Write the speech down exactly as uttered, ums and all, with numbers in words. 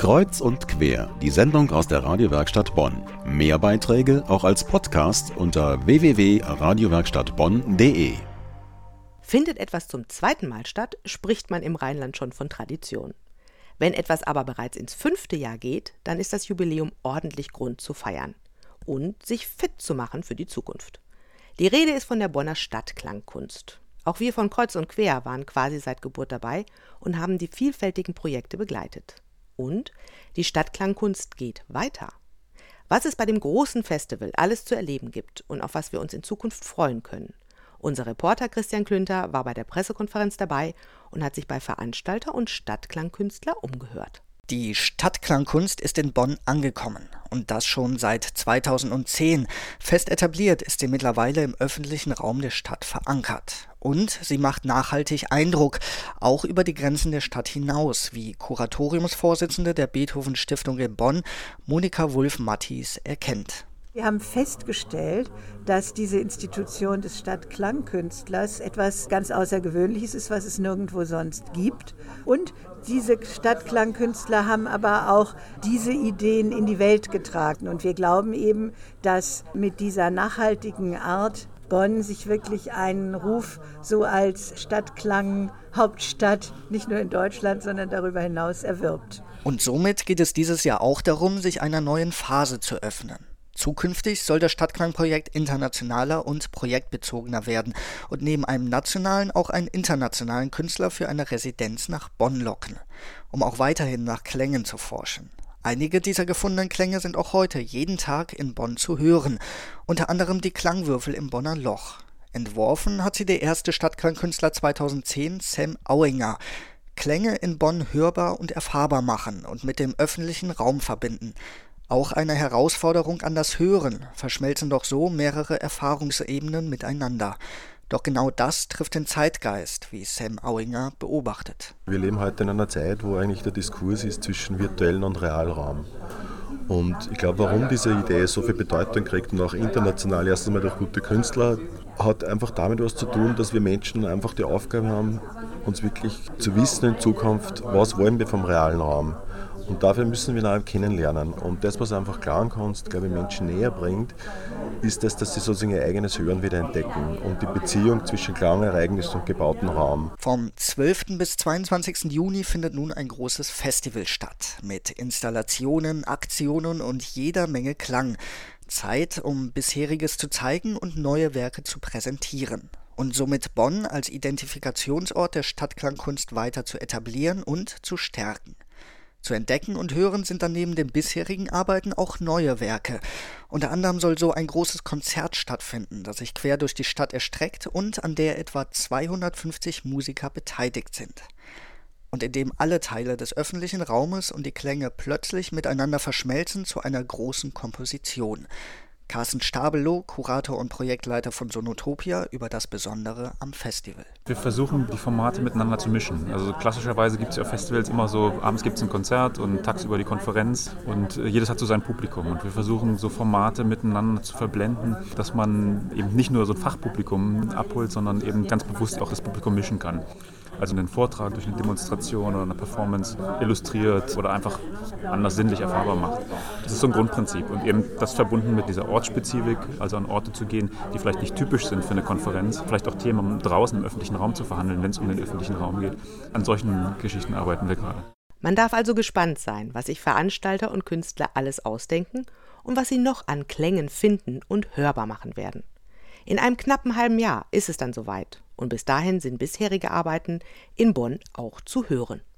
Kreuz und quer, die Sendung aus der Radiowerkstatt Bonn. Mehr Beiträge auch als Podcast unter w w w punkt radiowerkstattbonn punkt d e. Findet etwas zum zweiten Mal statt, spricht man im Rheinland schon von Tradition. Wenn etwas aber bereits ins fünfte Jahr geht, dann ist das Jubiläum ordentlich Grund zu feiern und sich fit zu machen für die Zukunft. Die Rede ist von der Bonner Stadtklangkunst. Auch wir von Kreuz und Quer waren quasi seit Geburt dabei und haben die vielfältigen Projekte begleitet. Und die Stadtklangkunst geht weiter. Was es bei dem großen Festival alles zu erleben gibt und auf was wir uns in Zukunft freuen können. Unser Reporter Christian Klünter war bei der Pressekonferenz dabei und hat sich bei Veranstalter und Stadtklangkünstler umgehört. Die Stadtklangkunst ist in Bonn angekommen und das schon seit zweitausendzehn. Fest etabliert ist sie mittlerweile im öffentlichen Raum der Stadt verankert. Und sie macht nachhaltig Eindruck, auch über die Grenzen der Stadt hinaus, wie Kuratoriumsvorsitzende der Beethoven Stiftung in Bonn, Monika Wulff-Mattis, erkennt. Wir haben festgestellt, dass diese Institution des Stadtklangkünstlers etwas ganz Außergewöhnliches ist, was es nirgendwo sonst gibt. Und diese Stadtklangkünstler haben aber auch diese Ideen in die Welt getragen. Und wir glauben eben, dass mit dieser nachhaltigen Art Bonn sich wirklich einen Ruf so als Stadtklanghauptstadt nicht nur in Deutschland, sondern darüber hinaus erwirbt. Und somit geht es dieses Jahr auch darum, sich einer neuen Phase zu öffnen. Zukünftig soll das Stadtklangprojekt internationaler und projektbezogener werden und neben einem nationalen auch einen internationalen Künstler für eine Residenz nach Bonn locken, um auch weiterhin nach Klängen zu forschen. Einige dieser gefundenen Klänge sind auch heute jeden Tag in Bonn zu hören, unter anderem die Klangwürfel im Bonner Loch. Entworfen hat sie der erste Stadtklangkünstler zweitausendzehn, Sam Auinger. Klänge in Bonn hörbar und erfahrbar machen und mit dem öffentlichen Raum verbinden. Auch eine Herausforderung an das Hören, verschmelzen doch so mehrere Erfahrungsebenen miteinander. Doch genau das trifft den Zeitgeist, wie Sam Auinger beobachtet. Wir leben heute in einer Zeit, wo eigentlich der Diskurs ist zwischen virtuellen und Realraum. Und ich glaube, warum diese Idee so viel Bedeutung kriegt und auch international erst einmal durch gute Künstler, hat einfach damit was zu tun, dass wir Menschen einfach die Aufgabe haben, uns wirklich zu wissen in Zukunft, was wollen wir vom realen Raum. Und dafür müssen wir ihn kennenlernen. Und das, was einfach Klangkunst, glaube ich, Menschen näher bringt, ist das, dass sie sozusagen ihr eigenes Hören wieder entdecken und die Beziehung zwischen Klangereignis und gebautem Raum. Vom zwölften bis zweiundzwanzigsten Juni findet nun ein großes Festival statt. Mit Installationen, Aktionen und jeder Menge Klang. Zeit, um Bisheriges zu zeigen und neue Werke zu präsentieren. Und somit Bonn als Identifikationsort der Stadtklangkunst weiter zu etablieren und zu stärken. Zu entdecken und hören sind dann neben den bisherigen Arbeiten auch neue Werke. Unter anderem soll so ein großes Konzert stattfinden, das sich quer durch die Stadt erstreckt und an der etwa zweihundertfünfzig Musiker beteiligt sind. Und in dem alle Teile des öffentlichen Raumes und die Klänge plötzlich miteinander verschmelzen zu einer großen Komposition. Carsten Stabelow, Kurator und Projektleiter von Sonotopia, über das Besondere am Festival. Wir versuchen, die Formate miteinander zu mischen. Also klassischerweise gibt es ja auf Festivals immer so, abends gibt es ein Konzert und tagsüber die Konferenz und jedes hat so sein Publikum. Und wir versuchen, so Formate miteinander zu verblenden, dass man eben nicht nur so ein Fachpublikum abholt, sondern eben ganz bewusst auch das Publikum mischen kann. Also einen Vortrag durch eine Demonstration oder eine Performance illustriert oder einfach anders sinnlich erfahrbar macht. Das ist so ein Grundprinzip und eben das verbunden mit dieser Ortsspezifik, also an Orte zu gehen, die vielleicht nicht typisch sind für eine Konferenz, vielleicht auch Themen draußen im öffentlichen Raum zu verhandeln, wenn es um den öffentlichen Raum geht. An solchen Geschichten arbeiten wir gerade. Man darf also gespannt sein, was sich Veranstalter und Künstler alles ausdenken und was sie noch an Klängen finden und hörbar machen werden. In einem knappen halben Jahr ist es dann soweit und bis dahin sind bisherige Arbeiten in Bonn auch zu hören.